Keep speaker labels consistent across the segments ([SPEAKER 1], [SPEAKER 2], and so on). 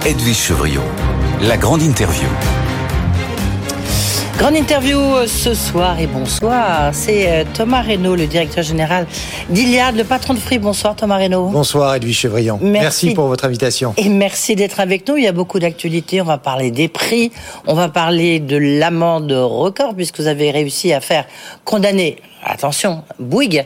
[SPEAKER 1] Edwige Chevrillon, la grande interview.
[SPEAKER 2] Grande interview ce soir et bonsoir, c'est Thomas Reynaud, le directeur général d'Iliade, le patron de Free. Bonsoir Thomas Reynaud.
[SPEAKER 3] Bonsoir Edwige Chevrillon. Merci pour votre invitation.
[SPEAKER 2] Et merci d'être avec nous, il y a beaucoup d'actualités, on va parler des prix, on va parler de l'amende record puisque vous avez réussi à faire condamner, attention, Bouygues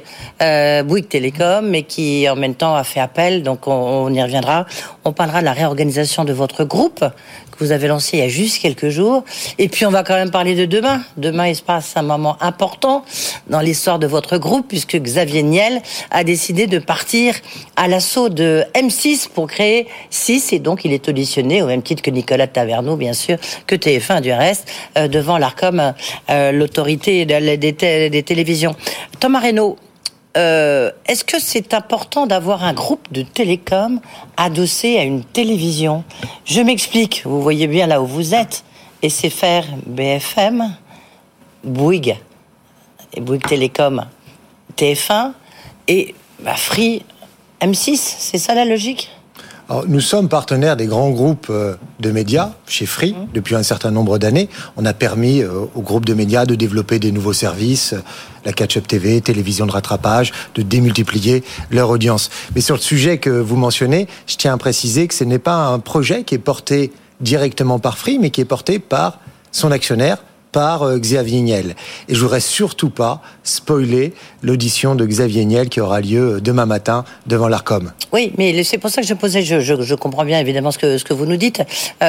[SPEAKER 2] Télécom, mais qui en même temps a fait appel, donc on y reviendra. On parlera de la réorganisation de votre groupe que vous avez lancé il y a juste quelques jours. Et puis on va quand même parler de demain. Demain, il se passe un moment important dans l'histoire de votre groupe, puisque Xavier Niel a décidé de partir à l'assaut de M6 pour créer 6, et donc il est auditionné, au même titre que Nicolas Taverneau, bien sûr, que TF1 du reste, devant l'Arcom, l'autorité des télévisions. Thomas Reynaud, est-ce que c'est important d'avoir un groupe de télécom adossé à une télévision ? Je m'explique, vous voyez bien là où vous êtes, SFR, BFM, Bouygues, et Bouygues Télécom, TF1, et Free, M6, c'est ça la logique ?
[SPEAKER 3] Alors, nous sommes partenaires des grands groupes de médias chez Free depuis un certain nombre d'années. On a permis aux groupes de médias de développer des nouveaux services, la Catch-up TV, télévision de rattrapage, de démultiplier leur audience. Mais sur le sujet que vous mentionnez, je tiens à préciser que ce n'est pas un projet qui est porté directement par Free, mais qui est porté par son actionnaire, par Xavier Niel. Et je voudrais surtout pas spoiler l'audition de Xavier Niel qui aura lieu demain matin devant l'Arcom.
[SPEAKER 2] Oui, mais c'est pour ça que je posais, je comprends bien évidemment ce que vous nous dites.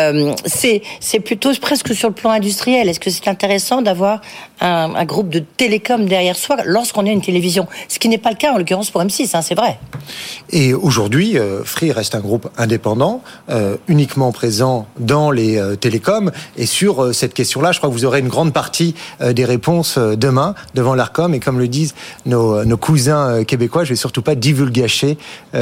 [SPEAKER 2] C'est plutôt presque sur le plan industriel. Est-ce que c'est intéressant d'avoir un groupe de télécom derrière soi lorsqu'on a une télévision ? Ce qui n'est pas le cas en l'occurrence pour M6, c'est vrai.
[SPEAKER 3] Et aujourd'hui, Free reste un groupe indépendant, uniquement présent dans les télécoms. Et sur cette question-là, je crois que vous aurez une grande partie des réponses demain devant l'Arcom. Et comme le disent nos cousins québécois, je vais surtout pas divulgacher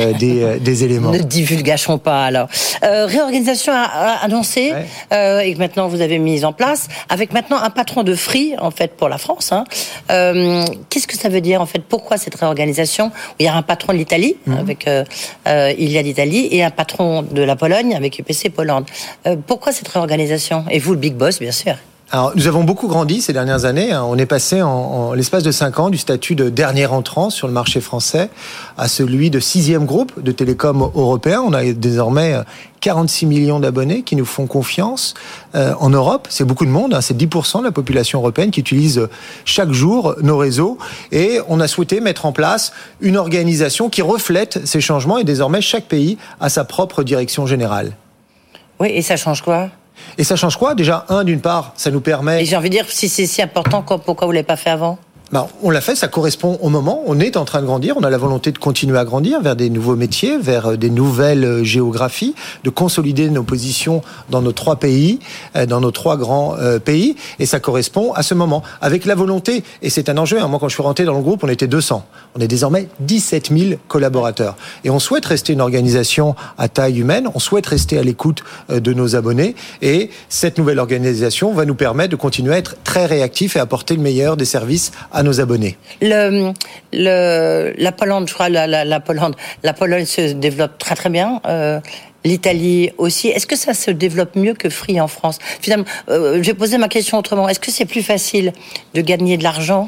[SPEAKER 3] des éléments.
[SPEAKER 2] Ne divulgachons pas alors. Réorganisation annoncée, ouais. Et que maintenant vous avez mise en place, avec maintenant un patron de Free en fait pour la France. Qu'est-ce que ça veut dire en fait ? Pourquoi cette réorganisation ? Il y a un patron de l'Italie avec Iliad Italie et un patron de la Pologne avec UPC Pologne. Pourquoi cette réorganisation ? Et vous le big boss bien sûr.
[SPEAKER 3] Alors, nous avons beaucoup grandi ces dernières années. On est passé en l'espace de 5 ans du statut de dernier entrant sur le marché français à celui de 6e groupe de télécom européen. On a désormais 46 millions d'abonnés qui nous font confiance en Europe. C'est beaucoup de monde, c'est 10% de la population européenne qui utilise chaque jour nos réseaux. Et on a souhaité mettre en place une organisation qui reflète ces changements. Et désormais, chaque pays a sa propre direction générale.
[SPEAKER 2] Oui, et ça change quoi ?
[SPEAKER 3] Et ça change quoi ? Déjà, d'une part, ça nous permet...
[SPEAKER 2] Et j'ai envie de dire, si c'est si important, pourquoi vous ne l'avez pas fait avant ?
[SPEAKER 3] On l'a fait, ça correspond au moment. On est en train de grandir, on a la volonté de continuer à grandir vers des nouveaux métiers, vers des nouvelles géographies, de consolider nos positions dans nos 3 pays, dans nos 3 grands pays. Et ça correspond à ce moment. Avec la volonté, et c'est un enjeu, moi quand je suis rentré dans le groupe, on était 200. On est désormais 17 000 collaborateurs. Et on souhaite rester une organisation à taille humaine, on souhaite rester à l'écoute de nos abonnés. Et cette nouvelle organisation va nous permettre de continuer à être très réactifs et apporter le meilleur des services à nos abonnés. La
[SPEAKER 2] Pologne, je crois, la Pologne se développe très très bien. L'Italie aussi. Est-ce que ça se développe mieux que Free en France ? Finalement, je vais poser ma question autrement. Est-ce que c'est plus facile de gagner de l'argent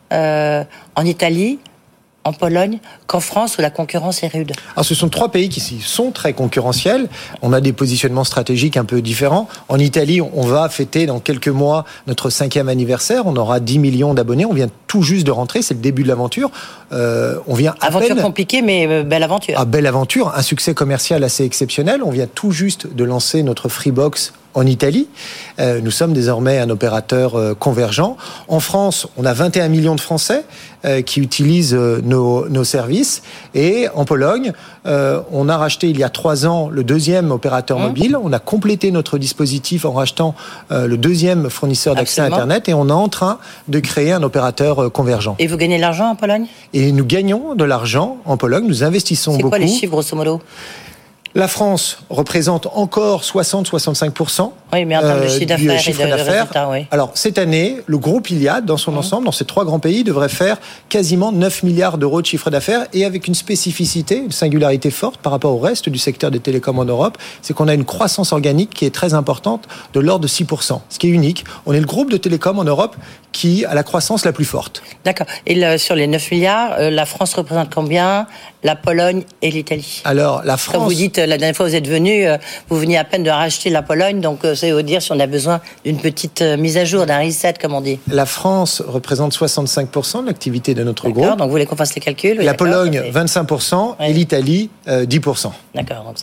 [SPEAKER 2] en Italie, en Pologne, qu'en France où la concurrence est rude ?
[SPEAKER 3] Alors, ce sont 3 pays qui sont très concurrentiels. On a des positionnements stratégiques un peu différents. En Italie, on va fêter dans quelques mois notre 5e anniversaire. On aura 10 millions d'abonnés. On vient tout juste de rentrer. C'est le début de l'aventure. On vient à
[SPEAKER 2] aventure
[SPEAKER 3] peine...
[SPEAKER 2] compliquée, mais belle aventure.
[SPEAKER 3] Ah, belle aventure. Un succès commercial assez exceptionnel. On vient tout juste de lancer notre Freebox en Italie. Nous sommes désormais un opérateur convergent. En France, on a 21 millions de Français qui utilisent nos services. Et en Pologne, on a racheté il y a 3 ans le 2e opérateur mobile. On a complété notre dispositif en rachetant le 2e fournisseur d'accès à Internet. Et on est en train de créer un opérateur convergent.
[SPEAKER 2] Et vous gagnez de l'argent en Pologne ?
[SPEAKER 3] Et nous gagnons de l'argent en Pologne. Nous investissons beaucoup.
[SPEAKER 2] C'est quoi les chiffres, grosso modo ?
[SPEAKER 3] La France représente encore 60-65%
[SPEAKER 2] Oui, mais en termes de chiffre d'affaires et de résultats, oui.
[SPEAKER 3] Alors, cette année, le groupe Iliad, dans son ensemble, dans ces 3 grands pays, devrait faire quasiment 9 milliards d'euros de chiffre d'affaires, et avec une spécificité, une singularité forte par rapport au reste du secteur des télécoms en Europe, c'est qu'on a une croissance organique qui est très importante, de l'ordre de 6%, ce qui est unique. On est le groupe de télécoms en Europe qui a la croissance la plus forte.
[SPEAKER 2] D'accord. Et sur les 9 milliards, la France représente combien ? La Pologne et l'Italie.
[SPEAKER 3] Alors, la France...
[SPEAKER 2] Comme vous dites, la dernière fois vous êtes venu, vous veniez à peine de racheter la Pologne, donc c'est vous dire si on a besoin d'une petite mise à jour, d'un reset, comme on dit.
[SPEAKER 3] La France représente 65% de l'activité de notre groupe.
[SPEAKER 2] Donc vous voulez qu'on fasse les calculs.
[SPEAKER 3] La Pologne, 25%, et l'Italie, 10%.
[SPEAKER 2] D'accord. Donc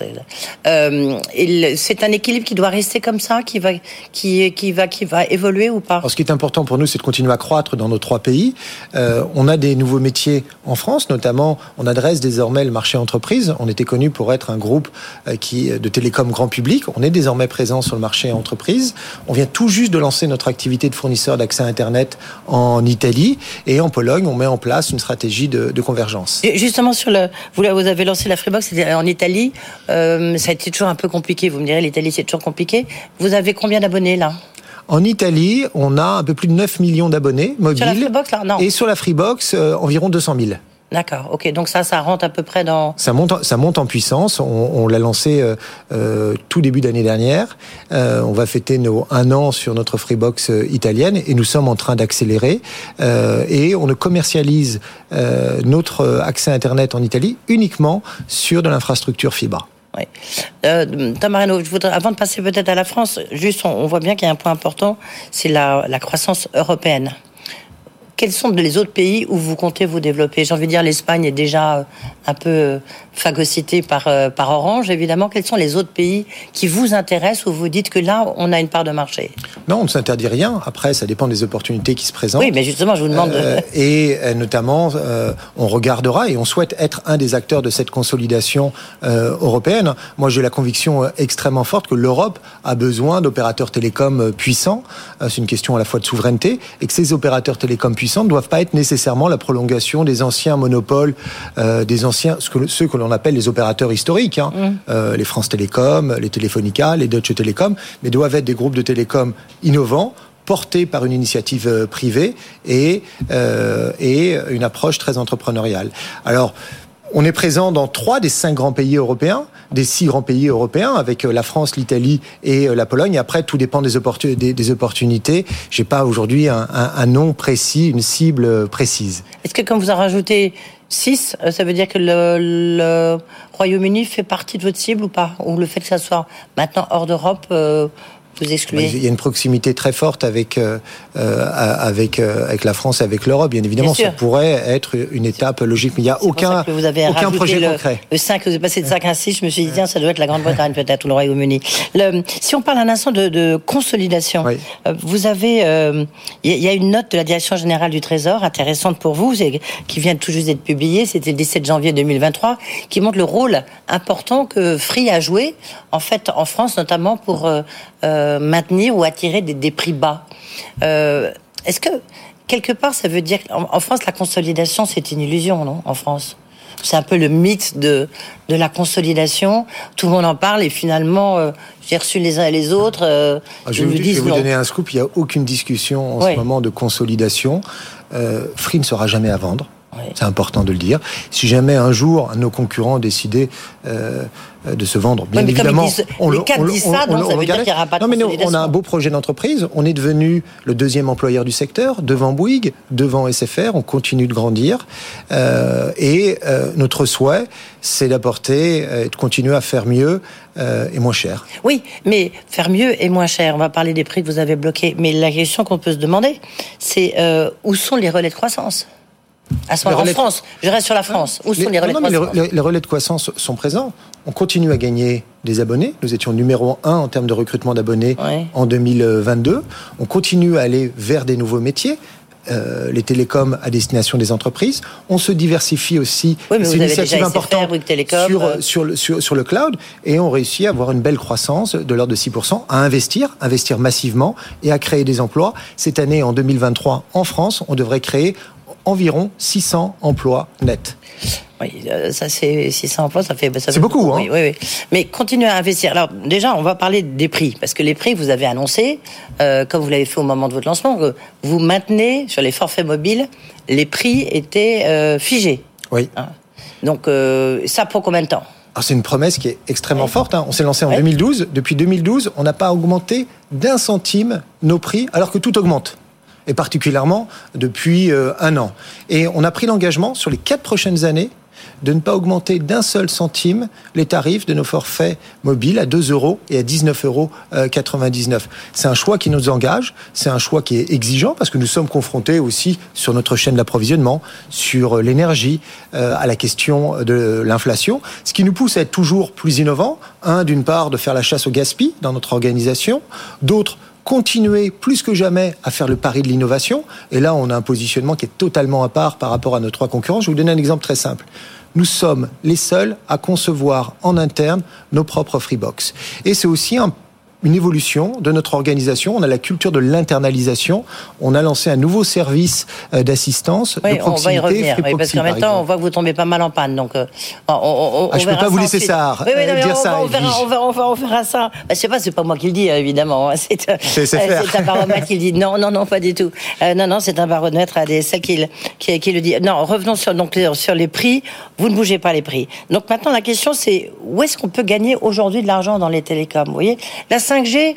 [SPEAKER 2] c'est un équilibre qui doit rester comme ça, qui va évoluer ou pas ?
[SPEAKER 3] Alors, ce qui est important pour nous, c'est de continuer à croître dans nos 3 pays. On a des nouveaux métiers en France, notamment, on adresse désormais le marché entreprise. On était connu pour être un groupe de télécom grand public. On est désormais présent sur le marché entreprise. On vient tout juste de lancer notre activité de fournisseur d'accès Internet en Italie. Et en Pologne, on met en place une stratégie de convergence.
[SPEAKER 2] Et justement, vous avez lancé la Freebox en Italie. Ça a été toujours un peu compliqué. Vous me direz, l'Italie, c'est toujours compliqué. Vous avez combien d'abonnés, là ?
[SPEAKER 3] En Italie, on a un peu plus de 9 millions d'abonnés mobiles.
[SPEAKER 2] Sur la Freebox, là ? Non.
[SPEAKER 3] Et sur la Freebox, environ 200 000.
[SPEAKER 2] D'accord, ok. Donc ça rentre à peu près dans...
[SPEAKER 3] Ça monte en puissance. On l'a lancé tout début d'année dernière. On va fêter nos 1 an sur notre Freebox italienne et nous sommes en train d'accélérer. Et on ne commercialise notre accès Internet en Italie uniquement sur de l'infrastructure fibre.
[SPEAKER 2] Oui. Thomas Reynaud, je voudrais, avant de passer peut-être à la France, juste on voit bien qu'il y a un point important, c'est la croissance européenne. Quels sont les autres pays où vous comptez vous développer ? J'ai envie de dire, l'Espagne est déjà un peu phagocytée par Orange, évidemment. Quels sont les autres pays qui vous intéressent, où vous dites que là, on a une part de marché ?
[SPEAKER 3] Non, on ne s'interdit rien. Après, ça dépend des opportunités qui se présentent.
[SPEAKER 2] Oui, mais justement, je vous demande...
[SPEAKER 3] Et notamment, on regardera et on souhaite être un des acteurs de cette consolidation européenne. Moi, j'ai la conviction extrêmement forte que l'Europe a besoin d'opérateurs télécoms puissants. C'est une question à la fois de souveraineté, et que ces opérateurs télécoms puissants ne doivent pas être nécessairement la prolongation des anciens monopoles, ceux que l'on appelle les opérateurs historiques, les France Télécom, les Telefonica, les Deutsche Telekom, mais doivent être des groupes de télécoms innovants, portés par une initiative privée et une approche très entrepreneuriale. Alors, on est présent dans 3 des 5 grands pays européens, des 6 grands pays européens, avec la France, l'Italie et la Pologne. Et après, tout dépend des opportunités. J'ai pas aujourd'hui un nom précis, une cible précise.
[SPEAKER 2] Est-ce que quand vous en rajoutez 6, ça veut dire que le Royaume-Uni fait partie de votre cible ou pas ? Ou le fait que ça soit maintenant hors d'Europe vous excluez ?
[SPEAKER 3] Il y a une proximité très forte avec la France et avec l'Europe. Bien évidemment, ça pourrait être une étape logique, mais il n'y a aucun projet concret.
[SPEAKER 2] Le 5, vous avez passé de 5 à 6, je me suis dit, tiens, ça doit être la Grande-Bretagne peut-être, ou le Royaume-Uni. Si on parle un instant de consolidation, oui. Vous avez... Il y a une note de la Direction Générale du Trésor, intéressante pour vous, qui vient tout juste d'être publiée, c'était le 17 janvier 2023, qui montre le rôle important que Free a joué, en fait, en France, notamment pour... maintenir ou attirer des prix bas. Est-ce que, quelque part, ça veut dire qu'en France, la consolidation, c'est une illusion, non ? En France ? C'est un peu le mythe de la consolidation. Tout le monde en parle et finalement, j'ai reçu les uns et les autres.
[SPEAKER 3] Je vais vous donner un scoop. Il n'y a aucune discussion en ce moment de consolidation. Free ne sera jamais à vendre. Oui. C'est important de le dire. Si jamais un jour un de nos concurrents décidait de se vendre, bien évidemment,
[SPEAKER 2] les quatre disent ça, donc ça veut dire qu'il n'y aura pas de consolidation.
[SPEAKER 3] On a un beau projet d'entreprise. On est devenu le 2e employeur du secteur, devant Bouygues, devant SFR. On continue de grandir. Notre souhait, c'est d'apporter, de continuer à faire mieux et moins cher.
[SPEAKER 2] Oui, mais faire mieux et moins cher. On va parler des prix que vous avez bloqués. Mais la question qu'on peut se demander, c'est où sont les relais de croissance ? À ce moment en France, je reste sur la France. Où sont les relais de croissance ?
[SPEAKER 3] Les relais de croissance sont présents. On continue à gagner des abonnés. Nous étions numéro 1 en termes de recrutement d'abonnés en 2022. On continue à aller vers des nouveaux métiers. Les télécoms à destination des entreprises. On se diversifie aussi.
[SPEAKER 2] Oui, mais c'est une initiative importante
[SPEAKER 3] sur le cloud. Et on réussit à avoir une belle croissance de l'ordre de 6%, à investir massivement et à créer des emplois. Cette année, en 2023, en France, on devrait créer environ 600 emplois nets.
[SPEAKER 2] Oui, ça c'est 600 emplois, ça fait
[SPEAKER 3] beaucoup, hein.
[SPEAKER 2] Oui. Mais continuez à investir. Alors déjà, on va parler des prix, parce que les prix, vous avez annoncé, comme vous l'avez fait au moment de votre lancement, que vous maintenez sur les forfaits mobiles, les prix étaient figés.
[SPEAKER 3] Oui.
[SPEAKER 2] Hein. Donc ça pour combien de temps ?
[SPEAKER 3] Alors c'est une promesse qui est extrêmement forte. Hein. On s'est lancé en 2012. Depuis 2012, on n'a pas augmenté d'1 centime nos prix, alors que tout augmente. Et particulièrement depuis 1 an. Et on a pris l'engagement sur les 4 prochaines années de ne pas augmenter d'1 seul centime les tarifs de nos forfaits mobiles à 2 € et à 19,99 €. C'est un choix qui nous engage, c'est un choix qui est exigeant parce que nous sommes confrontés aussi sur notre chaîne d'approvisionnement, sur l'énergie, à la question de l'inflation, ce qui nous pousse à être toujours plus innovants. D'une part, de faire la chasse au gaspillage dans notre organisation, d'autre, continuer plus que jamais à faire le pari de l'innovation. Et là, on a un positionnement qui est totalement à part par rapport à nos 3 concurrents. Je vais vous donner un exemple très simple. Nous sommes les seuls à concevoir en interne nos propres Freebox. Et c'est aussi une évolution de notre organisation. On a la culture de l'internalisation. On a lancé un nouveau service d'assistance, de proximité.
[SPEAKER 2] On va y revenir, parce qu'en même temps, on voit que vous tombez pas mal en panne. Donc,
[SPEAKER 3] je ne peux pas vous laisser ça, dire ça.
[SPEAKER 2] On verra ça. Je sais pas, c'est pas moi qui le dis, évidemment. C'est un baromètre qui le dit. Non, pas du tout. Non, c'est un baromètre ADSA qui le dit. Non, revenons sur les prix. Vous ne bougez pas les prix. Donc maintenant, la question, c'est où est-ce qu'on peut gagner aujourd'hui de l'argent dans les télécoms ? Vous voyez, la 5G,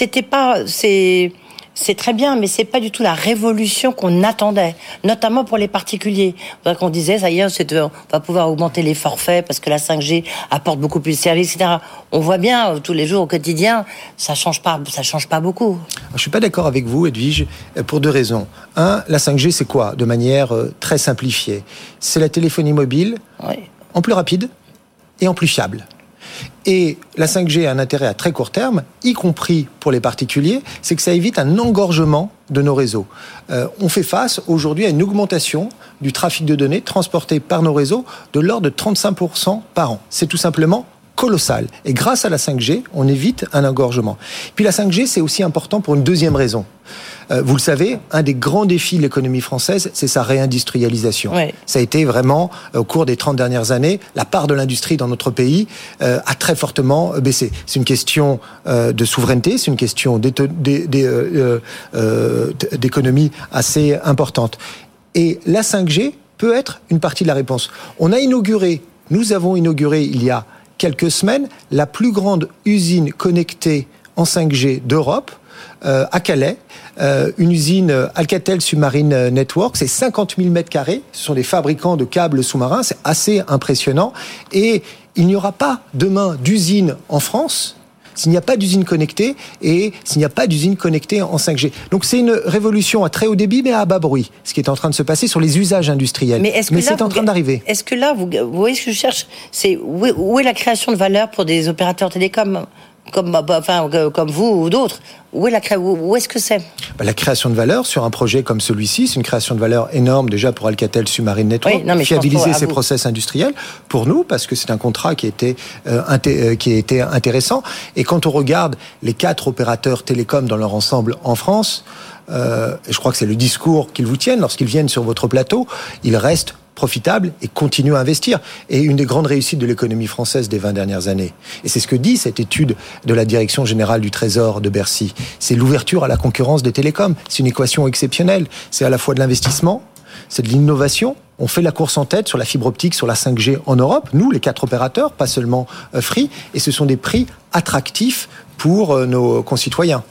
[SPEAKER 2] c'est très bien, mais c'est pas du tout la révolution qu'on attendait, notamment pour les particuliers. Qu'on disait, ça y est, on va pouvoir augmenter les forfaits parce que la 5G apporte beaucoup plus de services, etc. On voit bien tous les jours au quotidien, ça change pas beaucoup.
[SPEAKER 3] Je suis pas d'accord avec vous, Edwige, pour 2 raisons. La 5G, c'est quoi ? De manière très simplifiée, c'est la téléphonie mobile en plus rapide et en plus fiable. Et la 5G a un intérêt à très court terme, y compris pour les particuliers, c'est que ça évite un engorgement de nos réseaux. On fait face aujourd'hui à une augmentation du trafic de données transporté par nos réseaux de l'ordre de 35% par an. C'est tout simplement colossal. Et grâce à la 5G, on évite un engorgement. Puis la 5G, c'est aussi important pour une deuxième raison. Vous le savez, un des grands défis de l'économie française, c'est sa réindustrialisation. Oui. Ça a été vraiment, au cours des 30 dernières années, la part de l'industrie dans notre pays a très fortement baissé. C'est une question de souveraineté, c'est une question d'économie assez importante. Et la 5G peut être une partie de la réponse. Nous avons inauguré il y a quelques semaines la plus grande usine connectée en 5G d'Europe, à Calais, une usine Alcatel Submarine Network, c'est 50 000 mètres carrés, ce sont des fabricants de câbles sous-marins, c'est assez impressionnant, et il n'y aura pas demain d'usine en France s'il n'y a pas d'usine connectée et s'il n'y a pas d'usine connectée en 5G. Donc c'est une révolution à très haut débit mais à bas bruit, ce qui est en train de se passer sur les usages industriels. Mais c'est en train d'arriver.
[SPEAKER 2] Est-ce que là, vous voyez ce que je cherche, c'est où est la création de valeur pour des opérateurs télécoms comme vous ou d'autres? Où est-ce que c'est?
[SPEAKER 3] La création de valeur sur un projet comme celui-ci, c'est une création de valeur énorme déjà pour Alcatel Submarine Network, fiabiliser ses process industriels pour nous, parce que c'est un contrat qui a été intéressant. Et quand on regarde les 4 opérateurs télécoms dans leur ensemble en France, et je crois que c'est le discours qu'ils vous tiennent lorsqu'ils viennent sur votre plateau, ils restent profitable et continue à investir. Et une des grandes réussites de l'économie française des 20 dernières années. Et c'est ce que dit cette étude de la Direction Générale du Trésor de Bercy. C'est l'ouverture à la concurrence des télécoms. C'est une équation exceptionnelle. C'est à la fois de l'investissement, c'est de l'innovation. On fait la course en tête sur la fibre optique, sur la 5G en Europe. Nous, les 4 opérateurs, pas seulement Free. Et ce sont des prix attractifs pour nos concitoyens.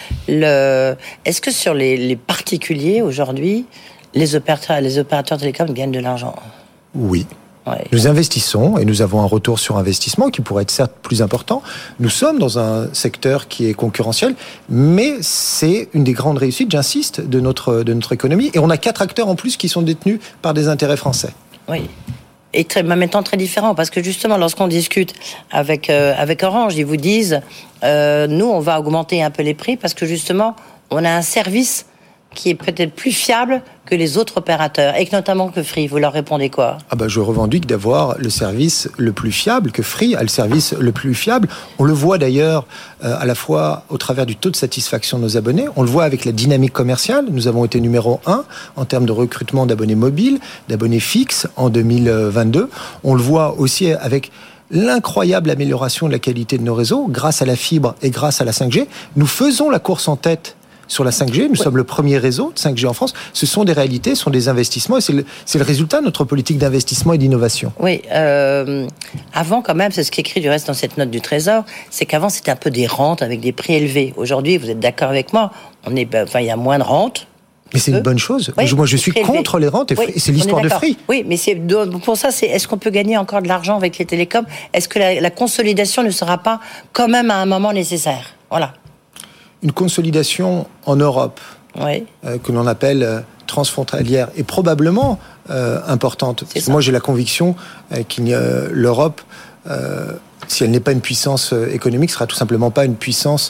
[SPEAKER 2] Est-ce que sur les particuliers aujourd'hui, les opérateurs télécoms gagnent de l'argent?
[SPEAKER 3] Oui. Ouais. Nous investissons et nous avons un retour sur investissement qui pourrait être certes plus important. Nous sommes dans un secteur qui est concurrentiel, mais c'est une des grandes réussites, j'insiste, de notre économie. Et on a 4 acteurs en plus qui sont détenus par des intérêts français.
[SPEAKER 2] Oui. Et en même temps très différent, parce que justement, lorsqu'on discute avec Orange, ils vous disent nous, on va augmenter un peu les prix parce que justement, on a un service qui est peut-être plus fiable que les autres opérateurs, et que notamment que Free. Vous leur répondez quoi ?
[SPEAKER 3] Je revendique d'avoir le service le plus fiable, que Free a le service le plus fiable. On le voit d'ailleurs à la fois au travers du taux de satisfaction de nos abonnés, on le voit avec la dynamique commerciale. Nous avons été numéro 1 en termes de recrutement d'abonnés mobiles, d'abonnés fixes en 2022. On le voit aussi avec l'incroyable amélioration de la qualité de nos réseaux grâce à la fibre et grâce à la 5G. Nous faisons la course en tête sur la 5G, nous sommes le premier réseau de 5G en France. Ce sont des réalités, ce sont des investissements, et c'est le résultat de notre politique d'investissement et d'innovation.
[SPEAKER 2] Oui, avant quand même, c'est ce qui est écrit du reste dans cette note du Trésor, c'est qu'avant c'était un peu des rentes avec des prix élevés. Aujourd'hui, vous êtes d'accord avec moi, il y a moins de rentes.
[SPEAKER 3] Mais c'est une bonne chose. Oui, moi, je suis contre les rentes, et c'est l'histoire de Free.
[SPEAKER 2] Oui, mais pour ça, est-ce qu'on peut gagner encore de l'argent avec les télécoms ? Est-ce que la consolidation ne sera pas quand même à un moment nécessaire ? Voilà.
[SPEAKER 3] Une consolidation en Europe, que l'on appelle transfrontalière, est probablement importante. Parce que moi, j'ai la conviction que l'Europe, si elle n'est pas une puissance économique, sera tout simplement pas une puissance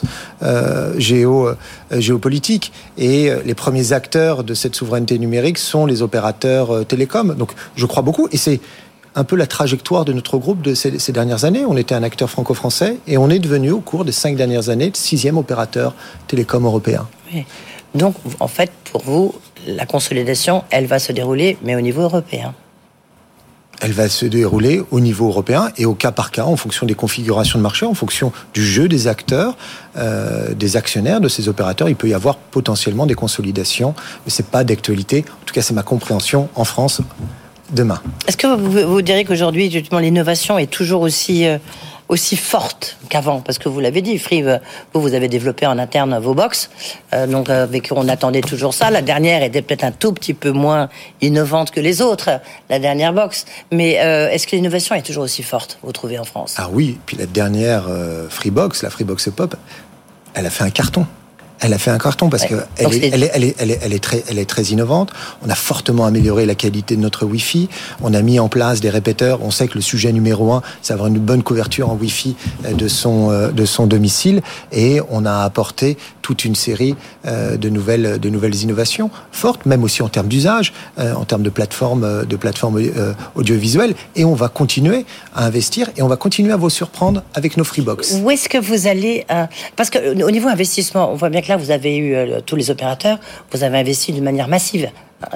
[SPEAKER 3] géopolitique. Et les premiers acteurs de cette souveraineté numérique sont les opérateurs télécoms. Donc, je crois beaucoup, et c'est un peu la trajectoire de notre groupe de ces dernières années. On était un acteur franco-français et on est devenu, au cours des 5 dernières années, le 6e opérateur télécom européen.
[SPEAKER 2] Oui. Donc, en fait, pour vous, la consolidation, elle va se dérouler, mais au niveau européen.
[SPEAKER 3] Elle va se dérouler au niveau européen et au cas par cas, en fonction des configurations de marché, en fonction du jeu des acteurs, des actionnaires de ces opérateurs. Il peut y avoir potentiellement des consolidations, mais c'est pas d'actualité. En tout cas, c'est ma compréhension en France. Demain.
[SPEAKER 2] Est-ce que vous direz qu'aujourd'hui, justement, l'innovation est toujours aussi forte qu'avant ? Parce que vous l'avez dit, Free, vous avez développé en interne vos box, donc on attendait toujours ça. La dernière était peut-être un tout petit peu moins innovante que les autres, la dernière box. Mais est-ce que l'innovation est toujours aussi forte, vous trouvez, en France ?
[SPEAKER 3] Ah oui, puis la dernière Freebox, la Freebox Pop, elle a fait un carton. Elle a fait un carton parce que elle est très innovante. On a fortement amélioré la qualité de notre Wi-Fi. On a mis en place des répéteurs. On sait que le sujet numéro 1, c'est avoir une bonne couverture en Wi-Fi de son domicile. Et on a apporté toute une série de nouvelles innovations fortes, même aussi en termes d'usage, en termes de plateformes audiovisuelles. Et on va continuer à investir et on va continuer à vous surprendre avec nos Freebox.
[SPEAKER 2] Où est-ce que vous allez parce que au niveau investissement, on voit bien que là, vous avez eu tous les opérateurs, vous avez investi d'une manière massive,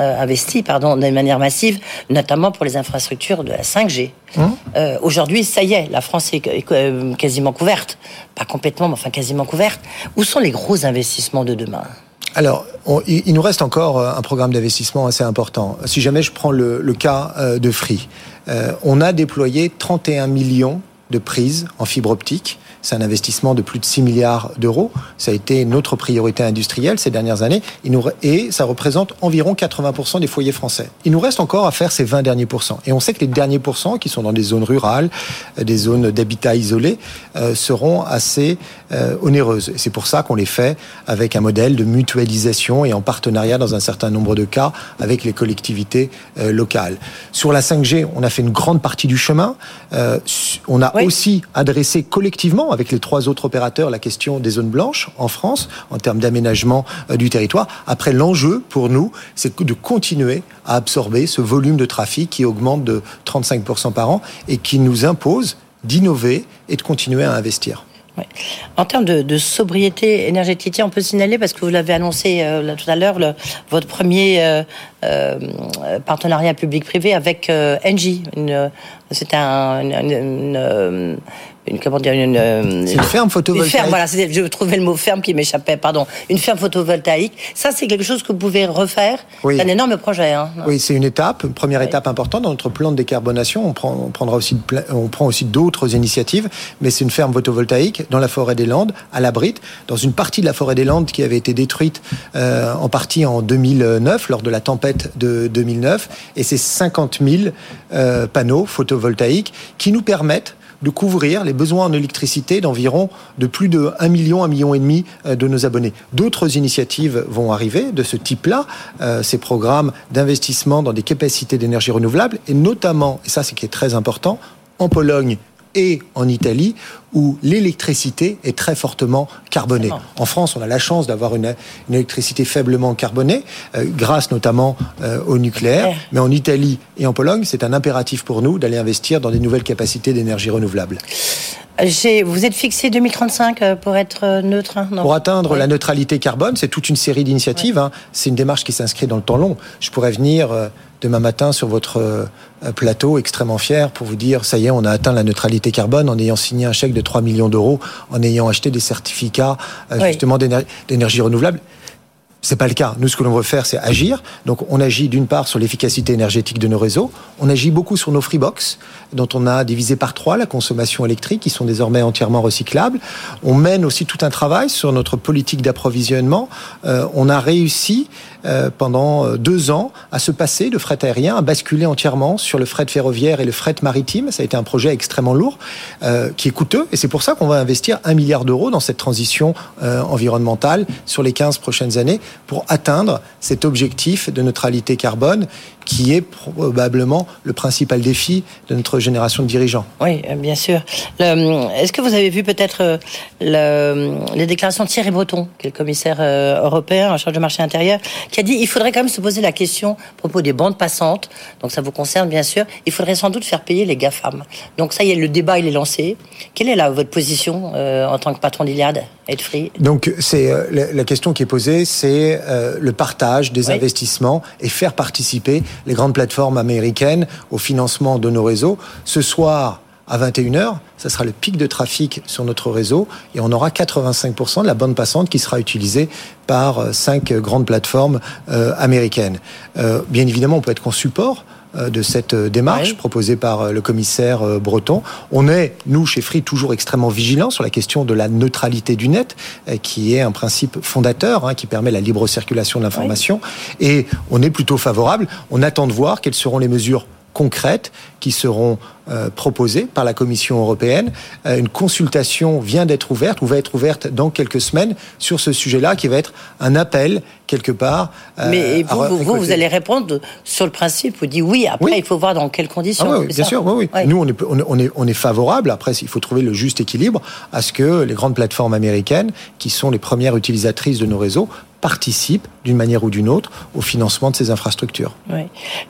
[SPEAKER 2] notamment pour les infrastructures de la 5G. Aujourd'hui, ça y est, la France est quasiment couverte, pas complètement, mais enfin quasiment couverte. Où sont les gros investissements de demain ?
[SPEAKER 3] Alors, il nous reste encore un programme d'investissement assez important. Si jamais je prends le cas de Free, on a déployé 31 millions de prises en fibre optique. C'est un investissement de plus de 6 milliards d'euros. Ça a été notre priorité industrielle ces dernières années. Et ça représente environ 80% des foyers français. Il nous reste encore à faire ces 20 derniers pourcents. Et on sait que les derniers pourcents, qui sont dans des zones rurales, des zones d'habitat isolé, seront assez onéreuses. Et c'est pour ça qu'on les fait avec un modèle de mutualisation et en partenariat dans un certain nombre de cas avec les collectivités locales. Sur la 5G, on a fait une grande partie du chemin. On a aussi adressé collectivement avec les 3 autres opérateurs la question des zones blanches en France en termes d'aménagement du territoire. Après, l'enjeu pour nous, c'est de continuer à absorber ce volume de trafic qui augmente de 35% par an et qui nous impose d'innover et de continuer à investir.
[SPEAKER 2] Ouais. En termes de sobriété énergétique, on peut signaler, parce que vous l'avez annoncé tout à l'heure, votre premier partenariat public-privé avec Engie. C'est
[SPEAKER 3] c'est une ferme photovoltaïque.
[SPEAKER 2] Une ferme, voilà, je trouvais le mot ferme qui m'échappait, pardon. Une ferme photovoltaïque. Ça, c'est quelque chose que vous pouvez refaire. Oui. C'est un énorme projet.
[SPEAKER 3] Oui, c'est une première étape importante dans notre plan de décarbonation. On prend aussi d'autres initiatives, mais c'est une ferme photovoltaïque dans la forêt des Landes, à la Brite, dans une partie de la forêt des Landes qui avait été détruite en partie en 2009, lors de la tempête de 2009. Et c'est 50 000 panneaux photovoltaïques qui nous permettent de couvrir les besoins en électricité d'environ de plus de 1 million et demi de nos abonnés. D'autres initiatives vont arriver de ce type-là, ces programmes d'investissement dans des capacités d'énergie renouvelable, et notamment, et ça c'est qui est très important, en Pologne et en Italie, où l'électricité est très fortement carbonée. En France, on a la chance d'avoir une électricité faiblement carbonée, grâce notamment au nucléaire. Mais en Italie et en Pologne, c'est un impératif pour nous d'aller investir dans des nouvelles capacités d'énergie renouvelable.
[SPEAKER 2] Vous êtes fixé 2035 pour être neutre, non ?
[SPEAKER 3] Pour atteindre la neutralité carbone, c'est toute une série d'initiatives. C'est une démarche qui s'inscrit dans le temps long. Je pourrais venir demain matin sur votre plateau extrêmement fier pour vous dire ça y est, on a atteint la neutralité carbone en ayant signé un chèque de 3 millions d'euros, en ayant acheté des certificats justement d'énergie renouvelable. C'est pas le cas. Nous, ce que l'on veut faire, c'est agir. Donc, on agit d'une part sur l'efficacité énergétique de nos réseaux. On agit beaucoup sur nos Freebox, dont on a divisé par 3 la consommation électrique, qui sont désormais entièrement recyclables. On mène aussi tout un travail sur notre politique d'approvisionnement. On a réussi, pendant 2 ans, à se passer de fret aérien, à basculer entièrement sur le fret ferroviaire et le fret maritime. Ça a été un projet extrêmement lourd, qui est coûteux. Et c'est pour ça qu'on va investir 1 milliard d'euros dans cette transition environnementale sur les 15 prochaines années, pour atteindre cet objectif de neutralité carbone qui est probablement le principal défi de notre génération de dirigeants.
[SPEAKER 2] Oui, bien sûr. Est-ce que vous avez vu peut-être les déclarations de Thierry Breton, qui est le commissaire européen en charge du marché intérieur, qui a dit qu'il faudrait quand même se poser la question à propos des bandes passantes, donc ça vous concerne bien sûr, il faudrait sans doute faire payer les GAFAM. Donc ça y est, le débat il est lancé. Quelle est votre position en tant que patron d'Iliad et de Free ?
[SPEAKER 3] Donc c'est la question qui est posée, c'est le partage des investissements et faire participer les grandes plateformes américaines au financement de nos réseaux. Ce soir, à 21h, ça sera le pic de trafic sur notre réseau et on aura 85% de la bande passante qui sera utilisée par 5 grandes plateformes américaines. Bien évidemment, on peut être qu'en support de cette démarche proposée par le commissaire Breton. On est, nous, chez Free, toujours extrêmement vigilants sur la question de la neutralité du net, qui est un principe fondateur, qui permet la libre circulation de l'information. Et on est plutôt favorable. On attend de voir quelles seront les mesures concrètes qui seront proposées par la Commission européenne. Une consultation vient d'être ouverte, ou va être ouverte dans quelques semaines, sur ce sujet-là, qui va être un appel, quelque part.
[SPEAKER 2] Mais vous allez répondre sur le principe, vous dites oui, après il faut voir dans quelles conditions.
[SPEAKER 3] Oui, bien sûr, oui. Nous, on est favorable, après il faut trouver le juste équilibre à ce que les grandes plateformes américaines, qui sont les premières utilisatrices de nos réseaux, participent d'une manière ou d'une autre au financement de ces infrastructures.
[SPEAKER 2] Oui.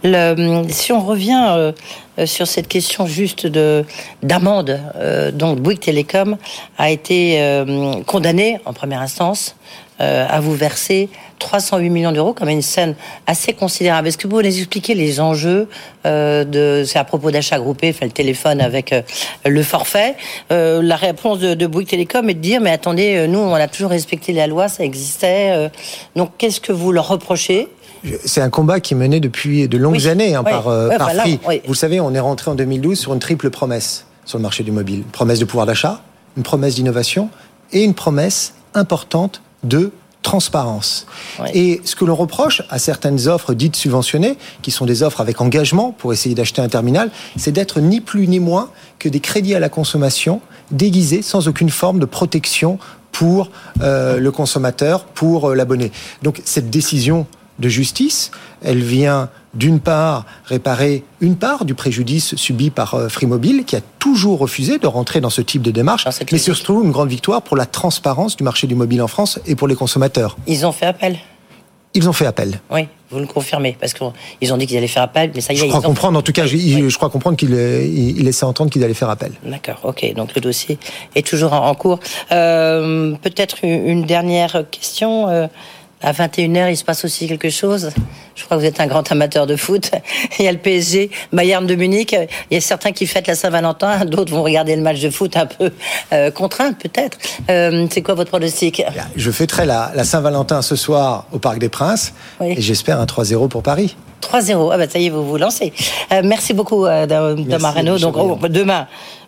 [SPEAKER 2] Si on revient sur cette question juste d'amende, donc Bouygues Telecom a été condamné en première instance à vous verser 308 millions d'euros, comme une somme assez considérable. Est-ce que vous pouvez nous expliquer les enjeux c'est à propos d'achats groupés, fait le téléphone avec le forfait. La réponse de Bouygues Telecom est de dire, mais attendez, nous, on a toujours respecté la loi, ça existait. Donc, qu'est-ce que vous leur reprochez ?
[SPEAKER 3] C'est un combat qui est mené depuis de longues années par Free. Vous savez, on est rentré en 2012 sur une triple promesse sur le marché du mobile. Une promesse de pouvoir d'achat, une promesse d'innovation et une promesse importante de transparence. Et ce que l'on reproche à certaines offres dites subventionnées, qui sont des offres avec engagement pour essayer d'acheter un terminal, c'est d'être ni plus ni moins que des crédits à la consommation déguisés sans aucune forme de protection pour le consommateur, pour l'abonné. Donc cette décision de justice, elle vient d'une part réparer une part du préjudice subi par Free Mobile, qui a toujours refusé de rentrer dans ce type de démarche, mais surtout une grande victoire pour la transparence du marché du mobile en France et pour les consommateurs.
[SPEAKER 2] Ils ont fait appel.
[SPEAKER 3] Ils ont fait appel.
[SPEAKER 2] Oui, vous le confirmez, parce qu'ils ont dit qu'ils allaient faire appel, mais ça y est,
[SPEAKER 3] je crois comprendre qu'ils laissaient entendre qu'ils allaient faire appel.
[SPEAKER 2] D'accord, ok, donc le dossier est toujours en cours. Peut-être une dernière question. À 21h, il se passe aussi quelque chose. Je crois que vous êtes un grand amateur de foot. Il y a le PSG, Bayern de Munich. Il y a certains qui fêtent la Saint-Valentin, d'autres vont regarder le match de foot un peu contraint, peut-être. C'est quoi votre pronostic ?
[SPEAKER 3] Je fêterai la Saint-Valentin ce soir au Parc des Princes, et j'espère un 3-0 pour Paris.
[SPEAKER 2] 3-0, ah bah ça y est, vous vous lancez. Merci beaucoup, Thomas Reynaud. Donc demain,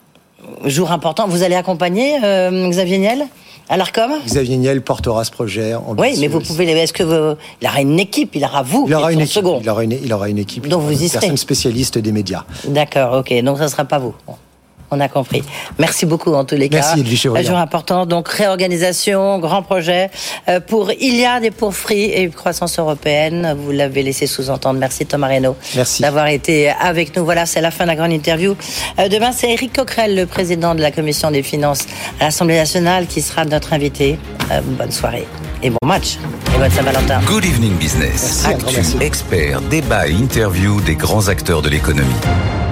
[SPEAKER 2] jour important, vous allez accompagner Xavier Niel à l'Arcom ?
[SPEAKER 3] Xavier Niel portera ce projet ambitieux.
[SPEAKER 2] Oui, mais vous pouvez. Est-ce que il aura une équipe ? Il aura vous.
[SPEAKER 3] Il aura une équipe. Il aura une équipe.
[SPEAKER 2] Donc vous y serez.
[SPEAKER 3] Personne spécialiste des médias.
[SPEAKER 2] D'accord, ok. Donc ça ne sera pas vous. On a compris. Merci beaucoup en tous les cas.
[SPEAKER 3] Merci Edwige Chevrillon.
[SPEAKER 2] Un jour important, donc réorganisation, grand projet pour Iliad et pour Free et croissance européenne. Vous l'avez laissé sous-entendre. Merci Thomas Reynaud d'avoir été avec nous. Voilà, c'est la fin de la grande interview. Demain, c'est Éric Coquerel, le président de la Commission des finances à l'Assemblée nationale, qui sera notre invité. Bonne soirée et bon match et bonne Saint-Valentin.
[SPEAKER 1] Good Evening Business. Actu, experts, débats et interviews des grands acteurs de l'économie.